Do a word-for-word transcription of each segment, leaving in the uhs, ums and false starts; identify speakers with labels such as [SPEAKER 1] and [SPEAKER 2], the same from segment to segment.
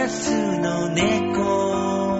[SPEAKER 1] 安の猫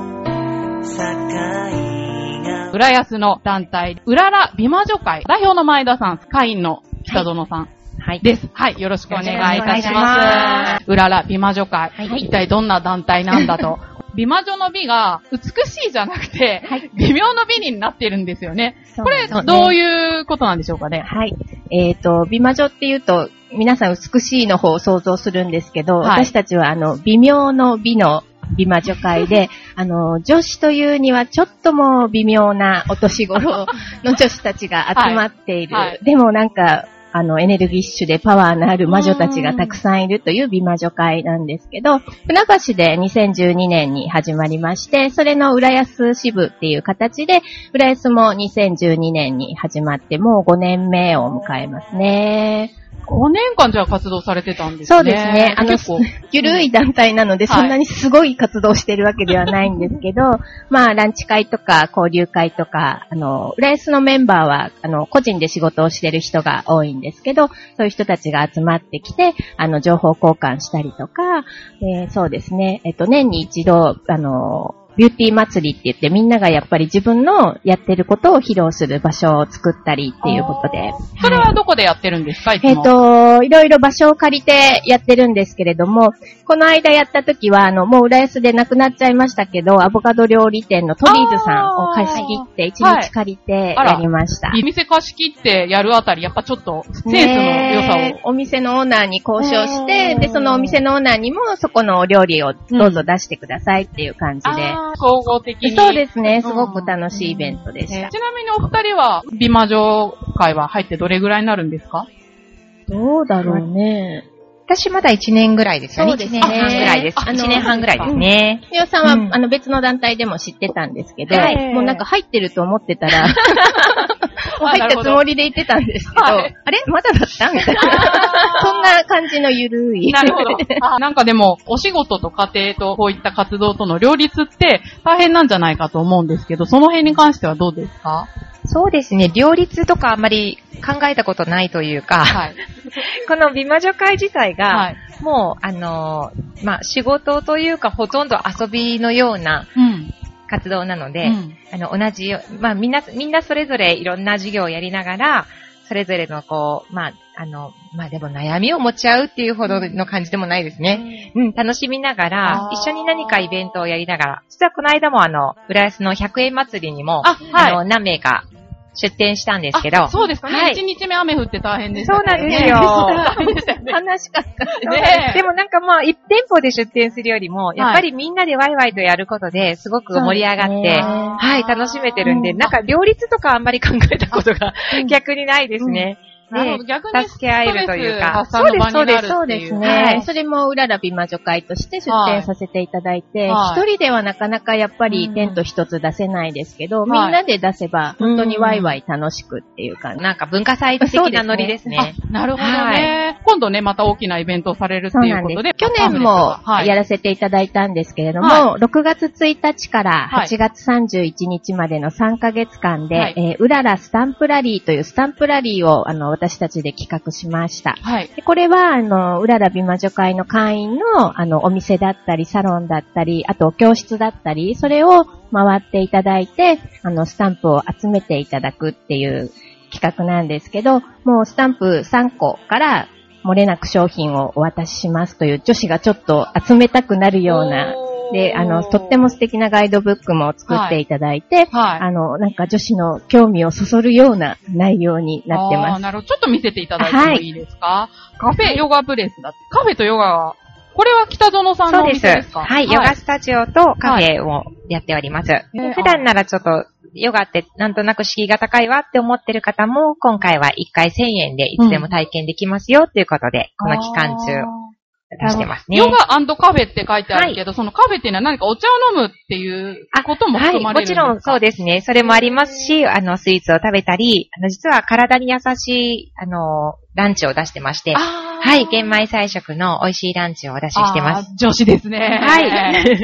[SPEAKER 2] 浦安の団体、うらら美魔女会代表の前田さん、会員の北園さん、はい、です。はい、よろしくお願いいたします。うらら美魔女会、はい、一体どんな団体なんだと。美魔女の美が美しいじゃなくて、はい、微妙の美になっているんですよね。これ、ね、どういうことなんでしょうかね。
[SPEAKER 3] はい。えっと、美魔女っていうと、皆さん美しいの方を想像するんですけど、はい、私たちはあの、微妙の美の美魔女会で、あの、女子というにはちょっとも微妙なお年頃の女子たちが集まっている。はいはい、でもなんか、あの、エネルギッシュでパワーのある魔女たちがたくさんいるという美魔女会なんですけど、船橋でにせんじゅうにねんに始まりまして、それの浦安支部っていう形で、浦安もにせんじゅうにねんに始まってもうごねんめを迎えますね。
[SPEAKER 2] ごねんかんじゃあ活動されてたんですね。
[SPEAKER 3] そうですね。あの、ゆるい団体なので、うん、そんなにすごい活動してるわけではないんですけど、はい、まあ、ランチ会とか交流会とか、あの、浦安のメンバーは、あの、個人で仕事をしてる人が多いんですけど、そういう人たちが集まってきて、あの、情報交換したりとか、えー、そうですね。えっと、年に一度、あの、ビューティー祭りって言ってみんながやっぱり自分のやってることを披露する場所を作ったりっていうことで。
[SPEAKER 2] それはどこでやってるんですか？いつも。
[SPEAKER 3] えっと、いろいろ場所を借りてやってるんですけれども、この間やった時はあの、もう浦安でなくなっちゃいましたけど、アボカド料理店のトリーズさんを貸し切って一日借りてやりました。
[SPEAKER 2] はい、店貸し切ってやるあたり、やっぱちょっとセンスの良さを。
[SPEAKER 3] ね、お店のオーナーに交渉して、で、そのお店のオーナーにもそこのお料理をどうぞ出してくださいっていう感じで。
[SPEAKER 2] うん総合的に。
[SPEAKER 3] そうですね。すごく楽しいイベントでした。
[SPEAKER 2] うん、ちなみにお二人は、美魔女会は入ってどれぐらいになるんですか？
[SPEAKER 3] どうだろうね。
[SPEAKER 4] 私まだいちねんぐらいですよね。
[SPEAKER 3] そうですね。
[SPEAKER 4] いちねんはんぐらいです。いちねんはんぐらいですね。
[SPEAKER 3] みおさんは、うん、あの別の団体でも知ってたんですけど、はい、もうなんか入ってると思ってたら、入ったつもりで言ってたんですけど、はい、あれまだだったみたいな。そんな感じのゆるい。
[SPEAKER 2] なるほど。あ、なんかでも、お仕事と家庭とこういった活動との両立って大変なんじゃないかと思うんですけど、その辺に関してはどうですか？
[SPEAKER 4] そうですね。両立とかあんまり考えたことないというか、はい、この美魔女会自体が、はい、もう、あのー、まあ、仕事というかほとんど遊びのような、うん活動なので、うん、あの、同じよ、まあ、みんな、みんなそれぞれいろんな授業をやりながら、それぞれのこう、まあ、あの、まあ、でも悩みを持ち合うっていうほどの感じでもないですね。うん、楽しみながら、一緒に何かイベントをやりながら、実はこの間もあの、浦安のひゃくえん祭りにも、あ、はい、あの、何名か、出店したんですけど。
[SPEAKER 2] そうですかね。はい、いちにちめ雨降って大変でした、
[SPEAKER 4] ね。そうなんですよ。
[SPEAKER 2] 大変でしたよね。
[SPEAKER 3] 悲しかった
[SPEAKER 4] ね。でもなんかまあ、一店舗で出店するよりも、やっぱりみんなでワイワイとやることですごく盛り上がって、はい、楽しめてるんで、なんか両立とかあんまり考えたことが逆にないですね。
[SPEAKER 2] ね、逆に
[SPEAKER 4] 助け合えるというか。
[SPEAKER 3] そうです、そうです、そうですね。はい、それもうらら美魔女会として出展させていただいて、一、はい、人ではなかなかやっぱりテント一つ出せないですけど、うん、みんなで出せば本当にワイワイ楽しくっていう感じ。
[SPEAKER 4] なんか文化祭的なノリですね。
[SPEAKER 2] なるほどね、はい。今度ね、また大きなイベントをされるっていうことで。
[SPEAKER 3] 去年もやらせていただいたんですけれども、はい、ろくがつついたちからはちがつさんじゅういちにちまでのさんかげつかんで、はい、えー、うららスタンプラリーというスタンプラリーをあの私たちで企画しました。はい。でこれは、あの、うらら美魔女会の会員の、あの、お店だったり、サロンだったり、あと教室だったり、それを回っていただいて、あの、スタンプを集めていただくっていう企画なんですけど、もうスタンプさんこから漏れなく商品をお渡ししますという、女子がちょっと集めたくなるような、で、あの、とっても素敵なガイドブックも作っていただいて、はいはい、あの、なんか女子の興味をそそるような内容になってます。
[SPEAKER 2] あ、なるほど。ちょっと見せていただいてもいいですか？はい、カフェヨガプレスだって。カフェとヨガは、これは北園さんのお店ですか？
[SPEAKER 4] そうです。はい、はい、ヨガスタジオとカフェをやっております。はい、普段ならちょっと、ヨガってなんとなく敷居が高いわって思ってる方も、今回はいっかいせんえんでいつでも体験できますよっていうことで、うん、この期間中、出してますね。
[SPEAKER 2] ヨガ&カフェって書いてあるけど、はい、そのカフェっていうのは何かお茶を飲むっていうことも含まれるんですか？
[SPEAKER 4] はい、もちろんそうですね。それもありますし、あの、スイーツを食べたり、あの、実は体に優しい、あの、ランチを出してまして、はい、玄米菜食の美味しいランチをお出ししてます。
[SPEAKER 2] 女子ですね。はい。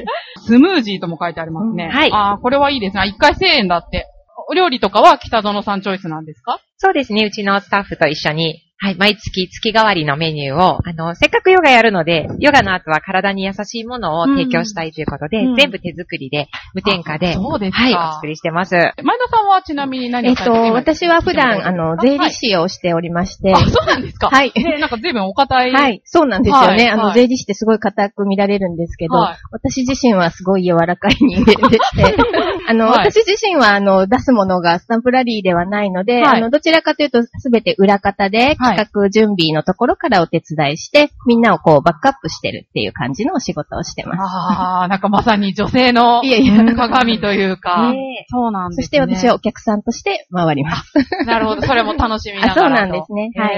[SPEAKER 2] スムージーとも書いてありますね。うん、はい。ああ、これはいいですね。いっかいせんえんだって。お料理とかは北園さんチョイスなんですか？
[SPEAKER 4] そうですね。うちのスタッフと一緒に、 はい、毎月月替わりのメニューを、あの、せっかくヨガやるので、ヨガの後は体に優しいものを提供したいということで、うん、全部手作りで、無添加で、
[SPEAKER 2] そうですか。
[SPEAKER 4] はい、お作りしてます。前田
[SPEAKER 2] さんはちなみに何をされてますか？
[SPEAKER 3] えっと、私は普段、あの、税理士をしておりまして。
[SPEAKER 2] あ、そうなんですか？
[SPEAKER 3] はい。
[SPEAKER 2] ね、なんか随分お堅い。
[SPEAKER 3] はい、そうなんですよね。あの、税理士ってすごい硬く見られるんですけど、私自身はすごい柔らかい人間でして、あの、私自身は、あの、出すものがスタンプラリーではないので、あの、どちらかというと、すべて裏方で企画準備のところからお手伝いして、みんなをこうバックアップしてるっていう感じのお仕事をしてます。
[SPEAKER 2] ああ、なんかまさに女性の鏡というか。ね、そうなんですね。
[SPEAKER 3] そして私はお客さんとして回ります。
[SPEAKER 2] なるほど。それも楽しみながら。
[SPEAKER 3] そうなんですね。はい。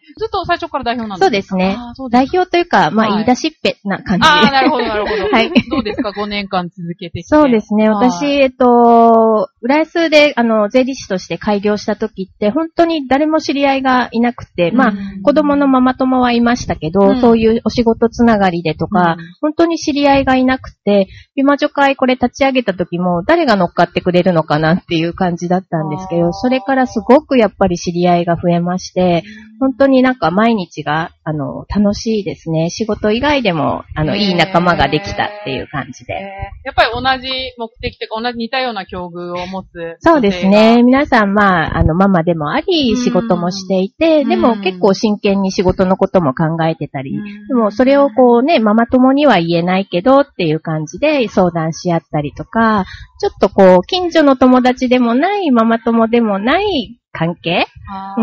[SPEAKER 2] ずっと最初から代表なんですか？
[SPEAKER 3] そうですね。代表というか、まあ、言い出しっぺな感じで。
[SPEAKER 2] ああ、なるほど、なるほど。はい。どうですか？ごねんかん続けてきて。
[SPEAKER 3] そうですね。私、えっと、浦安で、あの、税理士として開業した時って、本当に誰も知り合いがいなくて、まあ、子供のママ友はいましたけど、うん、そういうお仕事つながりでとか、うん、本当に知り合いがいなくて、美魔女会これ立ち上げた時も誰が乗っかってくれるのかなっていう感じだったんですけど、それからすごくやっぱり知り合いが増えまして、本当になんか毎日が、あの、楽しいですね。仕事以外でも、あの、いい仲間ができたっていう感じで。
[SPEAKER 2] やっぱり同じ目的というか、同じ似たような境遇を持つ。
[SPEAKER 3] そうですね。皆さん、まあ、あの、ママでもあり、仕事もしていて、でも結構真剣に仕事のことも考えてたり、でもそれをこうね、ママ友には言えないけどっていう感じで相談し合ったりとか、ちょっとこう、近所の友達でもない、ママ友でもない関係うん、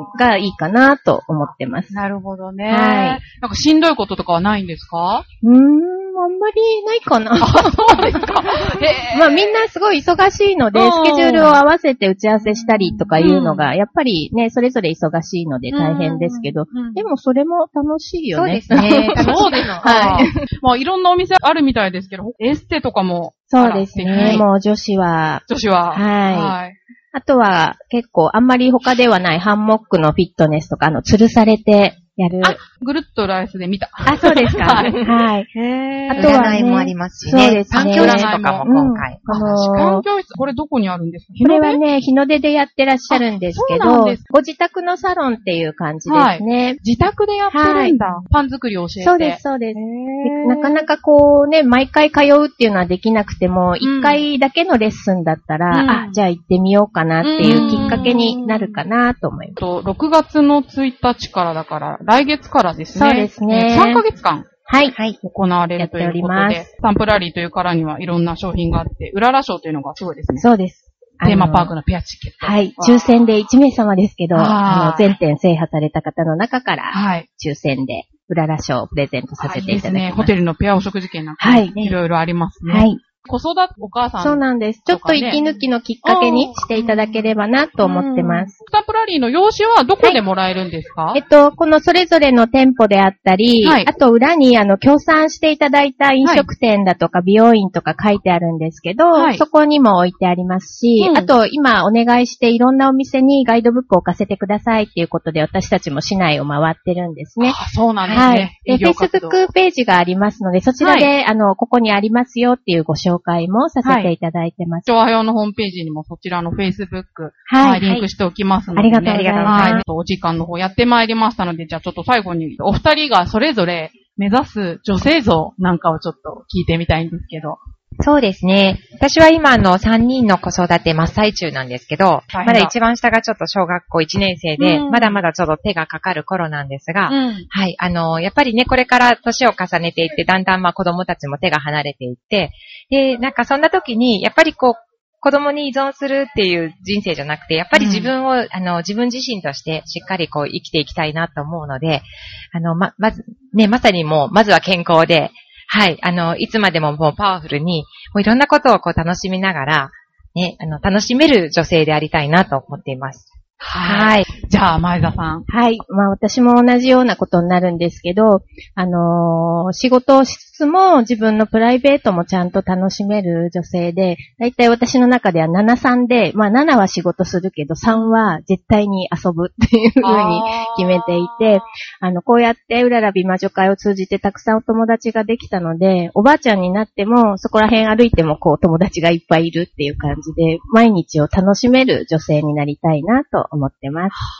[SPEAKER 3] がいいかなと思ってます。
[SPEAKER 2] なるほどね。はい。なんかしんどいこととかはないんですか？
[SPEAKER 3] うーん、あんまりないかな。
[SPEAKER 2] あ、そうですか。
[SPEAKER 3] まあみんなすごい忙しいので、スケジュールを合わせて打ち合わせしたりとかいうのが、やっぱりね、それぞれ忙しいので大変ですけど、でもそれも楽しいよね。
[SPEAKER 4] そうですね。
[SPEAKER 2] そうですか。はい。まあいろんなお店あるみたいですけど、エステとかも。
[SPEAKER 3] そうですね。もう女子は。
[SPEAKER 2] 女子は。
[SPEAKER 3] はい。はいあとは結構あんまり他ではないハンモックのフィットネスとか、あの、吊るされてやる。
[SPEAKER 2] あ、ぐるっとライスで見た。
[SPEAKER 3] あ、そうですか。はい。はい。
[SPEAKER 4] へー。あとは、ね、占いもありますしね。
[SPEAKER 3] そうですね。
[SPEAKER 4] 環境室とかも今回。
[SPEAKER 3] うん、あの
[SPEAKER 2] ー、環境室、これどこにあるんですか？
[SPEAKER 3] これはね、日の出でやってらっしゃるんですけど、ご自宅のサロンっていう感じですね。はい、
[SPEAKER 2] 自宅でやってるんだ。はい、パン作りを教えて。
[SPEAKER 3] そうです、そうです。なかなかこうね、毎回通うっていうのはできなくても、一、うん、回だけのレッスンだったら、うん、あ、じゃあ行ってみようかなっていうきっかけになるかなと思います。
[SPEAKER 2] とろくがつのついたちからだから、来月からですね。
[SPEAKER 3] そうですね。
[SPEAKER 2] さんかげつかん。
[SPEAKER 3] はい。
[SPEAKER 2] 行われるということで、スタンプラリーというからにはいろんな商品があって、うらら賞というのがすごいですね。
[SPEAKER 3] そうです。
[SPEAKER 2] テーマパークのペアチケット。
[SPEAKER 3] はい。抽選でいちめいさまですけど、あの、全店制覇された方の中から、はい。抽選で、うらら賞をプレゼントさせていただきます。はい、いいですね。
[SPEAKER 2] ホテルのペアお食事券なんか、はい。いろいろありますね。はい。子育てお母さん、ね。
[SPEAKER 3] そうなんです。ちょっと息抜きのきっかけにしていただければなと思ってます。
[SPEAKER 2] スタンプラリーの用紙はどこでもらえるんですか？
[SPEAKER 3] はい、えっと、このそれぞれの店舗であったり、はい、あと裏にあの、協賛していただいた飲食店だとか美容院とか書いてあるんですけど、はい、そこにも置いてありますし、うん、あと今お願いしていろんなお店にガイドブックを置かせてくださいっていうことで私たちも市内を回ってるんですね。
[SPEAKER 2] あ、そうなんですね。はい。
[SPEAKER 3] で、Facebook ページがありますので、そちらで、はい、あの、ここにありますよっていうご紹介もさせてさせていただいてます。
[SPEAKER 2] 調和用のホームページにもそちらの Facebook、はい、リンクしておきますので、ね。
[SPEAKER 3] はい、ありがとうございます。はい。
[SPEAKER 2] お時間の方やってまいりましたので、じゃあちょっと最後にお二人がそれぞれ目指す女性像なんかをちょっと聞いてみたいんですけど。
[SPEAKER 4] そうですね。私は今のさんにんの子育て真っ最中なんですけど、まだ一番下がちょっと小学校いちねん生で、うん、まだまだちょっと手がかかる頃なんですが、うん、はい、あの、やっぱりね、これから年を重ねていって、だんだんまあ子供たちも手が離れていって、で、なんかそんな時に、やっぱりこう、子供に依存するっていう人生じゃなくて、やっぱり自分を、うん、あの、自分自身としてしっかりこう生きていきたいなと思うので、あの、ま、まず、ね、まさにもう、まずは健康で、はい。あの、いつまでももうパワフルに、もういろんなことをこう楽しみながら、ね、あの、楽しめる女性でありたいなと思っています。
[SPEAKER 2] はい。じゃあ、前田さん。
[SPEAKER 3] はい。まあ、私も同じようなことになるんですけど、あのー、仕事をしつつも自分のプライベートもちゃんと楽しめる女性で、だいたい私の中ではななさんで、まあ、ななは仕事するけど、さんは絶対に遊ぶっていうふうに決めていて、あの、こうやってうらら美魔女会を通じてたくさんお友達ができたので、おばあちゃんになっても、そこら辺歩いてもこう友達がいっぱいいるっていう感じで、毎日を楽しめる女性になりたいなと思ってます。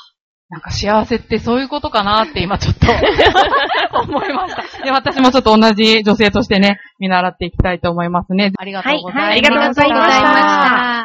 [SPEAKER 2] なんか幸せってそういうことかなって今ちょっと思いました。で、私もちょっと同じ女性としてね、見習っていきたいと思いますね。ありがとうございます。はい、はい、ありがとうございました。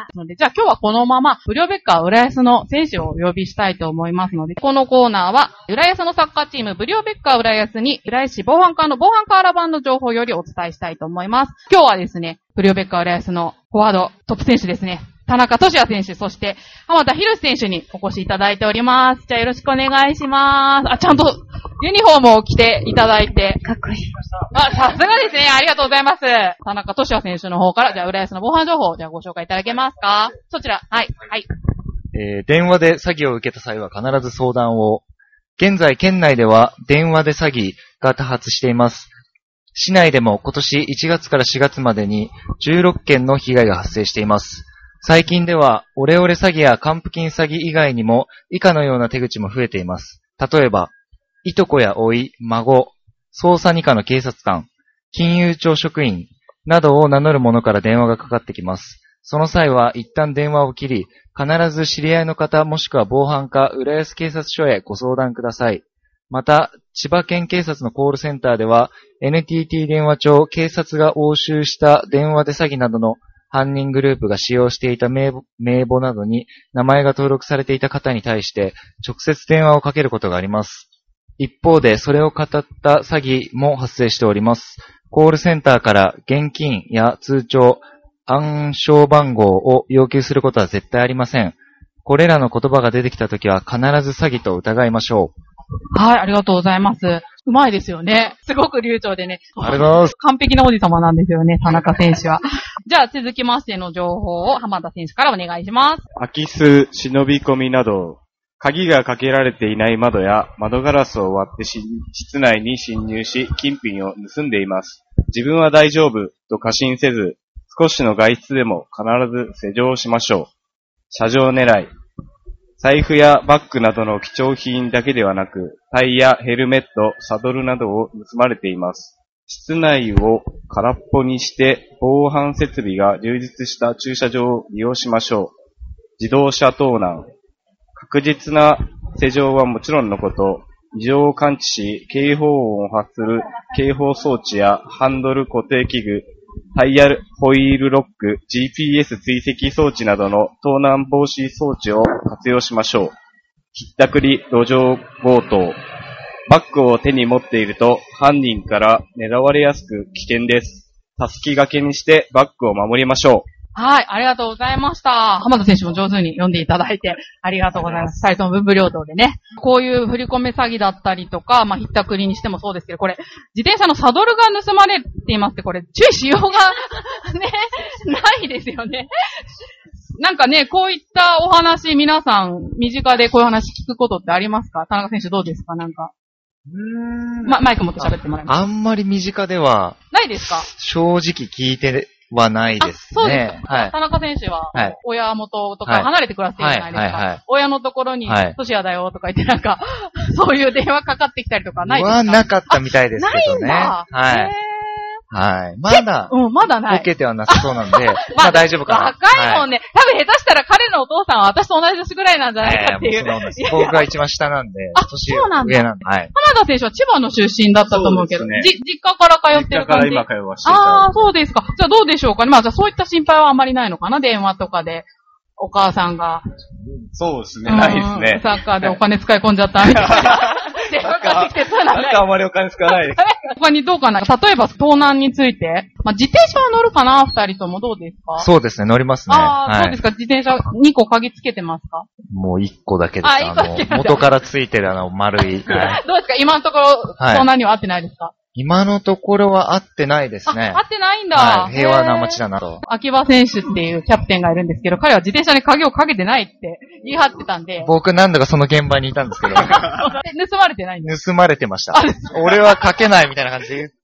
[SPEAKER 2] ので、じゃあ今日はこのまま、ブリオベッカー浦安の選手をお呼びしたいと思いますので、このコーナーは、浦安のサッカーチーム、ブリオベッカー浦安に、浦安市防犯課の防犯カーラ版の情報よりお伝えしたいと思います。今日はですね、ブリオベッカー浦安のフォワード、トップ選手ですね。田中俊也選手、そして、浜田博選手にお越しいただいております。じゃあよろしくお願いします。あ、ちゃんとユニフォームを着ていただいて。
[SPEAKER 3] かっこいい。
[SPEAKER 2] あ、さすがですね。ありがとうございます。田中俊也選手の方から、じゃあ浦安の防犯情報、じゃあご紹介いただけますか？そちら、はい、はい。
[SPEAKER 5] えー、電話で詐欺を受けた際は必ず相談を。現在、県内では電話で詐欺が多発しています。市内でも今年いちがつからしがつまでにじゅうろっけんの被害が発生しています。最近では、オレオレ詐欺や還付金詐欺以外にも、以下のような手口も増えています。例えば、いとこや甥、孫、捜査二課の警察官、金融庁職員などを名乗る者から電話がかかってきます。その際は、一旦電話を切り、必ず知り合いの方もしくは防犯課、浦安警察署へご相談ください。また、千葉県警察のコールセンターでは、エヌティーティー 電話帳、警察が押収した電話で詐欺などの犯人グループが使用していた名簿、名簿などに名前が登録されていた方に対して直接電話をかけることがあります。一方でそれを語った詐欺も発生しております。コールセンターから現金や通帳、暗証番号を要求することは絶対ありません。これらの言葉が出てきたときは必ず詐欺と疑いましょう。
[SPEAKER 2] はい、ありがとうございます。うまいですよね。すごく流暢でね。
[SPEAKER 5] ありがとうございます。
[SPEAKER 2] 完璧な王子様なんですよね、田中選手は。じゃあ続きましての情報を浜田選手からお願いします。
[SPEAKER 6] 空き巣、忍び込みなど、鍵がかけられていない窓や窓ガラスを割ってし室内に侵入し、金品を盗んでいます。自分は大丈夫と過信せず、少しの外出でも必ず施錠しましょう。車上狙い。財布やバッグなどの貴重品だけではなく、タイヤ、ヘルメット、サドルなどを盗まれています。室内を空っぽにして防犯設備が充実した駐車場を利用しましょう。自動車盗難。確実な施錠はもちろんのこと、異常を感知し、警報音を発する警報装置やハンドル固定器具、タイヤホイールロック、ジーピーエス 追跡装置などの盗難防止装置を活用しましょう。ひったくり、路上強盗。バッグを手に持っていると犯人から狙われやすく危険です。たすき掛けにしてバッグを守りましょう。
[SPEAKER 2] はい、ありがとうございました。浜田選手も上手に読んでいただいてありがとうございます。二人とも文武両道でね。こういう振り込め詐欺だったりとか、まあ、ひったくりにしてもそうですけど、これ、自転車のサドルが盗まれていますって、これ、注意しようがね、ないですよね。なんかね、こういったお話、皆さん、身近でこういう話聞くことってありますか？田中選手どうですか？なんか。うーんま、マイク持って喋ってもらいます。
[SPEAKER 5] あんまり身近では、
[SPEAKER 2] ないですか？
[SPEAKER 5] 正直聞いてはないですね。
[SPEAKER 2] そうですか。
[SPEAKER 5] はい。
[SPEAKER 2] 田中選手は、
[SPEAKER 5] はい、
[SPEAKER 2] 親元とか離れて暮らしてるじゃないですか。はいはいはい、親のところに、トシヤだよとか言ってなんか、そういう電話かかってきたりとかないですか？
[SPEAKER 5] はなかったみたいですけどね。
[SPEAKER 2] ないんだ。
[SPEAKER 5] はい。はい。まだ、
[SPEAKER 2] うん、まだない。
[SPEAKER 5] 受けてはなさそうなんで、まあ大丈夫かな。
[SPEAKER 2] 若いもんね、はい、多分下手したら彼のお父さんは私と同じ年ぐらいなんじゃないかっていう。
[SPEAKER 5] えー、もうそ僕が一番下なんで、
[SPEAKER 2] あ、そうなんだ。
[SPEAKER 5] 上なんで。はい。
[SPEAKER 2] 浜田選手は千葉の出身だったと思うけど、ね、じ、実家から通ってる感じ。
[SPEAKER 6] 実家から今通わしてる。
[SPEAKER 2] ああ、そうですか。じゃあどうでしょうかね。まあじゃあそういった心配はあまりないのかな、電話とかで。お母さんが。
[SPEAKER 6] そうですね、ないですね。
[SPEAKER 2] サッカーでお金使い込んじゃったみたいな。電話かかってきてそうなんだ。
[SPEAKER 6] なんかあまりお金使わないです。
[SPEAKER 2] 他にどうかな？例えば盗難について。まあ、自転車は乗るかな？二人ともどうですか？
[SPEAKER 5] そうですね、乗りますね。
[SPEAKER 2] ああ、はい、そうですか。自転車にこ鍵つけてますか？
[SPEAKER 5] もういっこだけです。
[SPEAKER 2] あ、いっこだけ
[SPEAKER 5] あの、元からついてるあの、丸い。
[SPEAKER 2] はい、どうですか？今のところ、盗難には合ってないですか？はい、
[SPEAKER 5] 今のところは合ってないですね。
[SPEAKER 2] 合ってないんだ。
[SPEAKER 5] はい、平和な街だなと。
[SPEAKER 2] 秋葉選手っていうキャプテンがいるんですけど、彼は自転車に鍵をかけてないって言い張ってたんで。
[SPEAKER 5] 僕何度かその現場にいたんですけど。
[SPEAKER 2] 盗まれてないんです
[SPEAKER 5] 盗まれてました。俺はかけないみたいな感じで言って、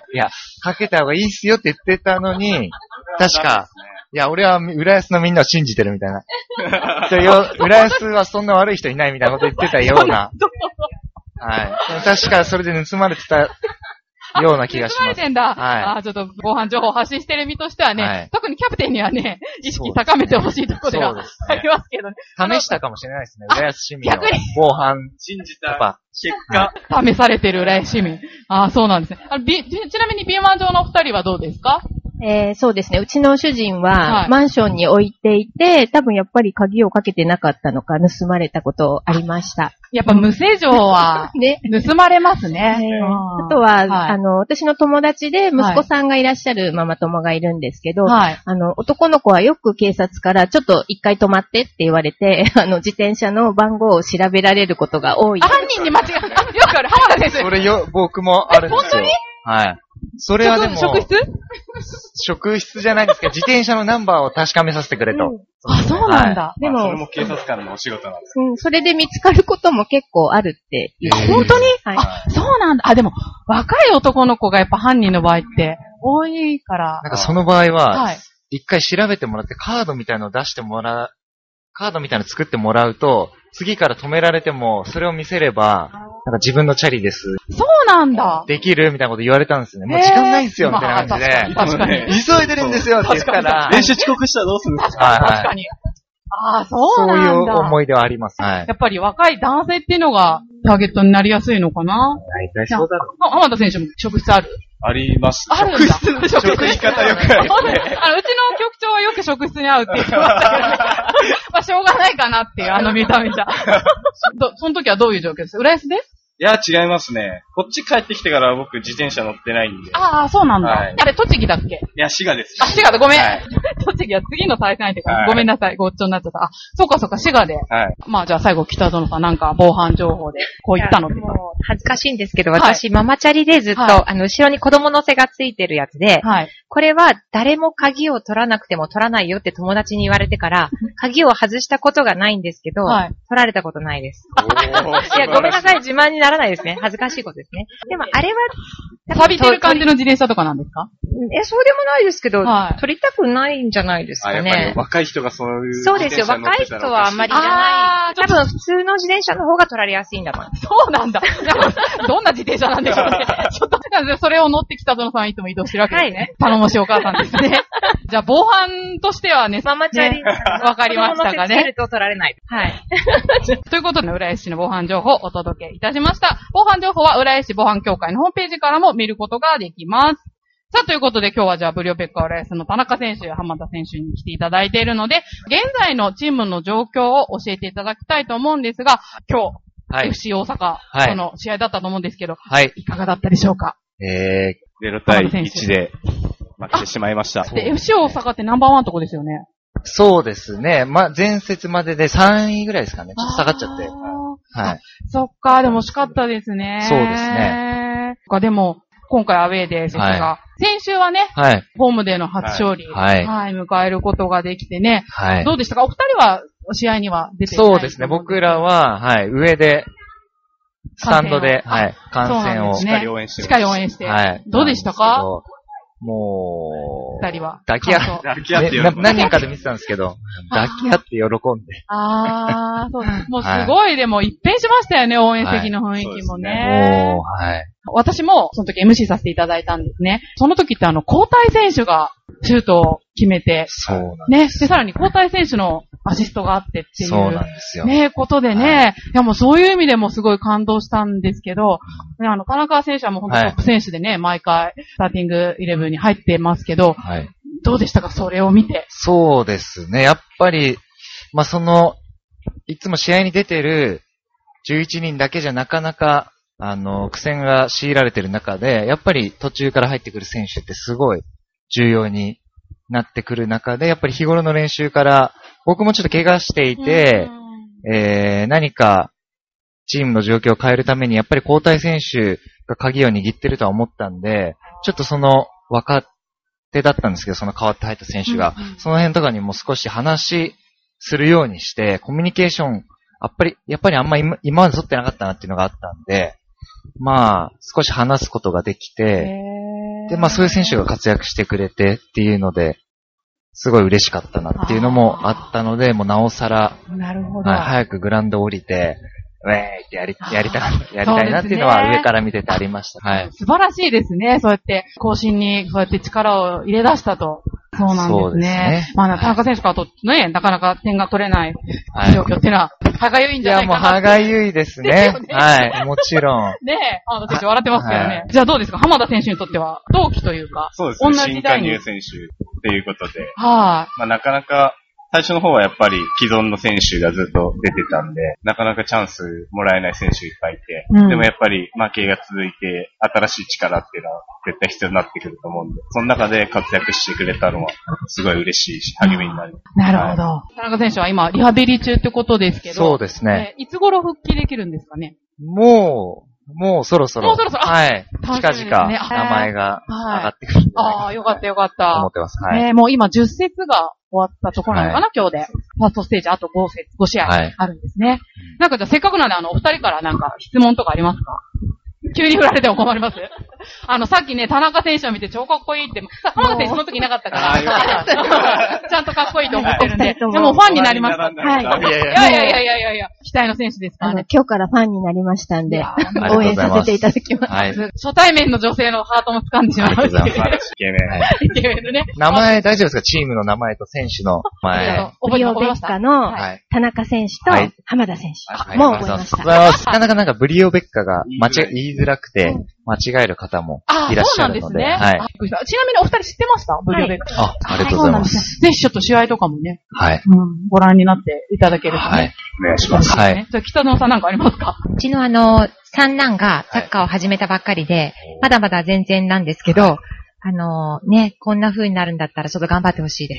[SPEAKER 5] いや、かけた方がいいっすよって言ってたのに、確か、いや、俺は浦安のみんなを信じてるみたいな。浦安はそんな悪い人いないみたいなこと言ってたような。はい。確かそれで盗まれてたような気がします。
[SPEAKER 2] 盗まれてんだ。
[SPEAKER 5] はい。
[SPEAKER 2] ああ、ちょっと防犯情報を発信してる身としてはね、はい、特にキャプテンにはね、意識高めてほしいところではありますけどね。
[SPEAKER 5] 試したかもしれないですね。浦安市民の防犯。
[SPEAKER 6] 信じた結果。
[SPEAKER 2] 試されてる浦安市民。ああ、そうなんですね。あのちなみにビーマン上のお二人はどうですか？
[SPEAKER 3] えー、そうですね。うちの主人は、マンションに置いていて、はい、多分やっぱり鍵をかけてなかったのか、盗まれたことありました。
[SPEAKER 2] やっぱ無施錠は、ね、盗まれますね。
[SPEAKER 3] ねあとは、はい、あの、私の友達で息子さんがいらっしゃるママ友がいるんですけど、はい、あの、男の子はよく警察からちょっと一回止まってって言われて、あの、自転車の番号を調べられることが多い。
[SPEAKER 2] 犯人に間違えた。よくある。浜田先生。
[SPEAKER 5] それよ、僕もあるんですよ。
[SPEAKER 2] 本当に？
[SPEAKER 5] はい。それはでも、
[SPEAKER 2] 職質
[SPEAKER 5] 職質じゃないんですけど、自転車のナンバーを確かめさせてくれと。うん、
[SPEAKER 2] あ、そうなんだ。
[SPEAKER 6] はい、でも、まあ、それも警察官のお仕事なんです。
[SPEAKER 3] うん、それで見つかることも結構あるって言って。
[SPEAKER 2] 本当に？はい。あ、そうなんだ。あ、でも、若い男の子がやっぱ犯人の場合って多いから。
[SPEAKER 5] なんかその場合は、はい、一回調べてもらってカードみたいなのを出してもらう、カードみたいなの作ってもらうと、次から止められても、それを見せれば、なんか自分のチャリです。
[SPEAKER 2] そうなんだ。
[SPEAKER 5] できるみたいなこと言われたんですね。もう時間ないんですよ、みたいな感じで。
[SPEAKER 2] 確かに。
[SPEAKER 5] 急いでるんですよって言ったら。
[SPEAKER 6] 練習遅刻したらどうするんですか？
[SPEAKER 2] はい、確かに。ああ、そうなんだ。
[SPEAKER 5] そういう思い出はあります。はい。
[SPEAKER 2] やっぱり若い男性っていうのがターゲットになりやすいのかな？
[SPEAKER 5] 大体そうだろう。
[SPEAKER 2] 浜田選手も職質ある？
[SPEAKER 6] あります。
[SPEAKER 2] あるんだ。
[SPEAKER 6] 職質、職言い方よくある、ね。
[SPEAKER 2] あの、うちの局長はよく職質に会うって言ってましたけど、ね、まあ、しょうがないかなっていう、あの見た目じゃ。ど、その時はどういう状況ですか？浦安で？
[SPEAKER 6] いや、違いますね。こっち帰ってきてから僕自転車乗ってないんで。
[SPEAKER 2] ああ、そうなんだ。はい、あれ、栃木だっけ？
[SPEAKER 6] いや、滋賀です。
[SPEAKER 2] あ、滋賀だ、ごめん。はい、栃木は次の対戦相手から、はい、ごめんなさい、ごっちょになっちゃった。あ、そうかそうか、滋賀で。はい。まあ、じゃあ最後、北園さんなんか防犯情報で、こう言ったのって言った。
[SPEAKER 4] もう、恥ずかしいんですけど、私、はい、ママチャリでずっと、はい、あの、後ろに子供の背がついてるやつで、はい。これは誰も鍵を取らなくても取らないよって友達に言われてから、鍵を外したことがないんですけど、はい、取られたことないです。いや、ごめんなさい、自慢にならないですね。恥ずかしいことですね。でも、あれは、
[SPEAKER 2] 錆びてる感じの自転車とかなんですか？
[SPEAKER 4] え、そうでもないですけど、はい、取りたくないんじゃないですかね。
[SPEAKER 6] あ、やっぱり若い人がそういう。
[SPEAKER 4] そうですよ、若い人はあんまりいらない。多分、普通の自転車の方が取られやすいんだもん。
[SPEAKER 2] そうなんだ。どんな自転車なんでしょうね。ちょっと、それを乗って北園さんいつも移動してるわけですね。はい、頼もしいお母さんですね。じゃあ、防犯としてはね、
[SPEAKER 4] ママチャリ、
[SPEAKER 2] わかりましたかね。
[SPEAKER 4] つけると取られない。はい。
[SPEAKER 2] ということで、浦安市の防犯情報をお届けいたしました。防犯情報は浦安市防犯協会のホームページからも見ることができます。さあ、ということで今日はじゃあ、ブリオペッカ浦安の田中選手、浜田選手に来ていただいているので、現在のチームの状況を教えていただきたいと思うんですが、今日、はい、エフシー 大阪との試合だったと思うんですけど、はい。いかがだったでしょうか？
[SPEAKER 6] えー、ゼロ対いちで負けてしまいました。
[SPEAKER 2] で、エフシー 大阪ってナンバーワンのとこですよね。
[SPEAKER 5] そうですね。ま、前節まででさんいぐらいですかね。ちょっと下がっちゃって。はい。
[SPEAKER 2] そっか、でも惜しかったですね。
[SPEAKER 5] そうですね。
[SPEAKER 2] でも、今回アウェーですが、はい、先週はね、はい、ホームでの初勝利、はい、はい、迎えることができてね、はい、どうでしたか？お二人は試合には出ていない？
[SPEAKER 5] そうですね。僕らは、はい、上で、スタンドで、はい、観戦を。
[SPEAKER 6] しっかり応援して。
[SPEAKER 2] しっかり応援して。はい。どうでしたか？
[SPEAKER 5] もう、
[SPEAKER 2] 二人は。
[SPEAKER 5] 抱き合って、抱き合って、ね、何人かで見てたんですけど、抱き合って喜んで。
[SPEAKER 2] あー、そうです。もうすごい、はい、でも一変しましたよね、応援席の雰囲気もね。はい、ねもう、はい。私もその時 エムシー させていただいたんですね。その時ってあの、交代選手がシュートを決めて、
[SPEAKER 5] そうなんです。
[SPEAKER 2] ね。で、さらに交代選手のアシストがあってっていう。
[SPEAKER 5] そうなんですよ。
[SPEAKER 2] ね、ことでね、はい、いやもうそういう意味でもすごい感動したんですけど、ね、あの、田中選手はもう本当トップ選手でね、はい、毎回スターティングイレブンに入ってますけど、はい、どうでしたか、それを見て。
[SPEAKER 5] そうですね。やっぱり、まあ、その、いつも試合に出てるじゅういちにんだけじゃなかなか、あの、苦戦が強いられてる中で、やっぱり途中から入ってくる選手ってすごい重要になってくる中で、やっぱり日頃の練習から、僕もちょっと怪我していて、えー、何かチームの状況を変えるために、やっぱり交代選手が鍵を握ってるとは思ったんで、ちょっとその若手だったんですけど、その変わって入った選手が、うんうん、その辺とかにも少し話するようにして、コミュニケーション、やっぱり、やっぱりあんま今、今まで取ってなかったなっていうのがあったんで、まあ、少し話すことができて、で、まあそういう選手が活躍してくれてっていうので、すごい嬉しかったなっていうのもあったので、もうなおさら、
[SPEAKER 2] なるほど。
[SPEAKER 5] はい、早くグラウンド降りて、 ウェーイってやり、やりた、やりたいなっていうのは上から見ててありました。はい。
[SPEAKER 2] 素晴らしいですね。そうやって、更新にそうやって力を入れ出したと。そうなんですね。そうですね。まあ、田中選手からとね、なかなか点が取れない状況っていうのは、歯がゆいんじゃないかな。
[SPEAKER 5] いや、もう歯がゆいですね。すねはい、もちろん。
[SPEAKER 2] ねえ、浜田選手笑ってますけどね。はい、じゃあどうですか、浜田選手にとっては、同期というか。
[SPEAKER 6] そうですね。同じ代に新加入選手っていうことで。
[SPEAKER 2] はい、あ。
[SPEAKER 6] まあ、なかなか、最初の方はやっぱり既存の選手がずっと出てたんで、なかなかチャンスもらえない選手いっぱいいて、うん、でもやっぱり負けが続いて、新しい力っていうのは絶対必要になってくると思うんで、その中で活躍してくれたのはすごい嬉しいし、励みになる。
[SPEAKER 2] なるほど。はい、田中選手は今、リハビリ中ってことですけど、
[SPEAKER 5] そうですね。
[SPEAKER 2] えー、いつ頃復帰できるんですかね？
[SPEAKER 5] もう、もうそろそろ。
[SPEAKER 2] もうそろそろ。
[SPEAKER 5] はい。近々、名前が上がってくる。
[SPEAKER 2] ああ、よかったよかった。
[SPEAKER 5] 思ってます。はい。
[SPEAKER 2] えー、もう今じゅっ節が終わったところなのかな、はい、今日で。ファーストステージあとご節、ご試合あるんですね。はい、なんかじゃあせっかくなんであの、お二人からなんか質問とかありますか？急に振られても困ります？あの、さっきね、田中選手を見て超かっこいいって、浜田選手その時いなかったから、ちゃんとかっこいいと思ってるんで、でもファンになりました。はい。いやいやいやいやいやいや、期待の選手ですからね。
[SPEAKER 3] 今日からファンになりましたんで、応援させていただきます。はい。
[SPEAKER 2] 初対面の女性のハートも掴んでしまいました。イ
[SPEAKER 6] ケメン。
[SPEAKER 2] イケメンでね。
[SPEAKER 5] 名前大丈夫ですか？チームの名前と選手の前。
[SPEAKER 3] ブリオベッカの田中選手と浜田選手も覚えました。
[SPEAKER 5] なかなかなんかブリオベッカが間違言いづらくて、間違える方もいらっしゃるので。そうなんですね。はい。
[SPEAKER 2] ちなみにお二人知ってました？ブリオベッカ。
[SPEAKER 5] あ、ありがとうございます。
[SPEAKER 2] ぜひちょっと試合とかもね。
[SPEAKER 5] はい。
[SPEAKER 2] うん。ご覧になっていただけるとね。
[SPEAKER 5] はい。
[SPEAKER 6] お願いします。
[SPEAKER 2] はい。じゃあ北野さんなんかありますか？
[SPEAKER 4] うちのあの、三男がサッカーを始めたばっかりで、まだまだ全然なんですけど、あのね、こんな風になるんだったらちょっと頑張ってほしいです。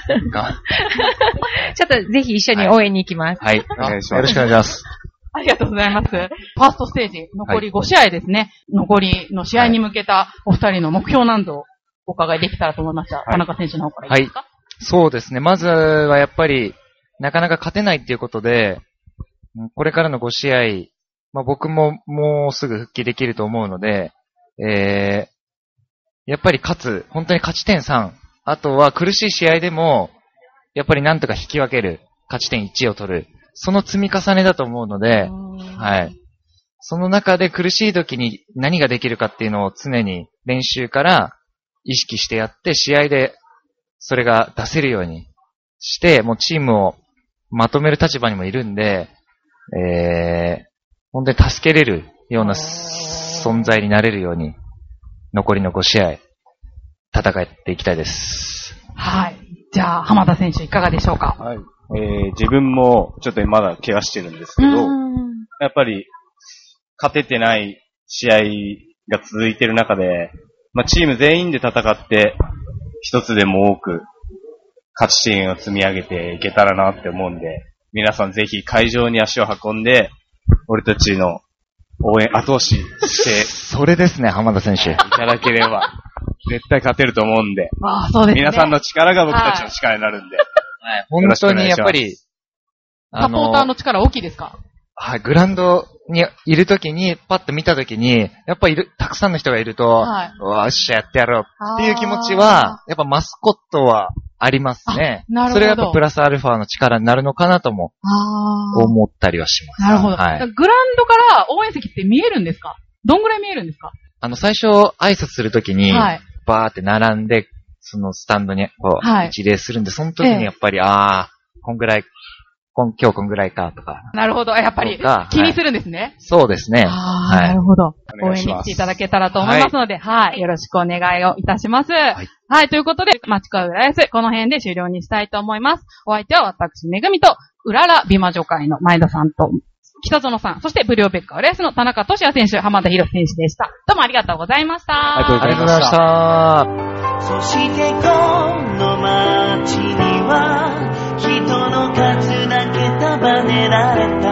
[SPEAKER 4] ちょっとぜひ一緒に応援に行きます。
[SPEAKER 5] はい。お願いします。よろしくお願いします。
[SPEAKER 2] ありがとうございます。ファーストステージ、残りご試合ですね。はい、残りの試合に向けたお二人の目標などをお伺いできたらと思いました。はい、田中選手の方からいいですか？はい。
[SPEAKER 5] そうですね。まずはやっぱり、なかなか勝てないっていうことで、これからのご試合、まあ、僕ももうすぐ復帰できると思うので、えー、やっぱり勝つ、本当に勝ち点さん、あとは苦しい試合でも、やっぱりなんとか引き分ける、勝ち点いちを取る、その積み重ねだと思うので、はい。その中で苦しい時に何ができるかっていうのを常に練習から意識してやって、試合でそれが出せるようにして、もうチームをまとめる立場にもいるんで、えー、本当に助けれるような存在になれるように、残りのご試合、戦っていきたいです。
[SPEAKER 2] はい。じゃあ、浜田選手いかがでしょうか？
[SPEAKER 6] はい。えー、自分もちょっとまだ怪我してるんですけど、やっぱり勝ててない試合が続いてる中で、まあ、チーム全員で戦って一つでも多く勝ち点を積み上げていけたらなって思うんで、皆さんぜひ会場に足を運んで、俺たちの応援後押しして、
[SPEAKER 5] それですね、浜田選手。
[SPEAKER 6] いただければ、絶対勝てると思うんで、
[SPEAKER 2] ああ、そうですね。
[SPEAKER 6] 皆さんの力が僕たちの力になるんで、はい
[SPEAKER 5] はい、本当にやっぱり、
[SPEAKER 2] サポーターの力大きいですか？
[SPEAKER 5] はい、グラウンドにいるときに、パッと見たときに、やっぱりいる、たくさんの人がいると、はい、うわ、よっしゃ、やってやろうっていう気持ちは、やっぱマスコットはありますね。なるほど。それがやっぱプラスアルファの力になるのかなとも、思ったりはします。
[SPEAKER 2] なるほど。はい、グラウンドから応援席って見えるんですか？どんぐらい見えるんですか？
[SPEAKER 5] あの、最初挨拶するときに、はい、バーって並んで、そのスタンドにこう、はい、一礼するんで、その時にやっぱり、ええ、ああ、こんぐらい、こん今日こんぐらいかとか。
[SPEAKER 2] なるほど。やっぱり気にするんですね。はい、
[SPEAKER 5] そうですね。
[SPEAKER 2] はい。なるほど。応援に来ていただけたらと思いますので、はい、はい。よろしくお願いをいたします。はい。はい。ということで、町川浦安、この辺で終了にしたいと思います。お相手は私、めぐみと、うらら美魔女会の前田さんと、北園さん、そしてブリオベッカ浦安の田中俊也選手、浜田博選手でした。どうもありがとうございました。
[SPEAKER 5] ありがとうございました。
[SPEAKER 1] そしてこの街には人の数だけ束ねられて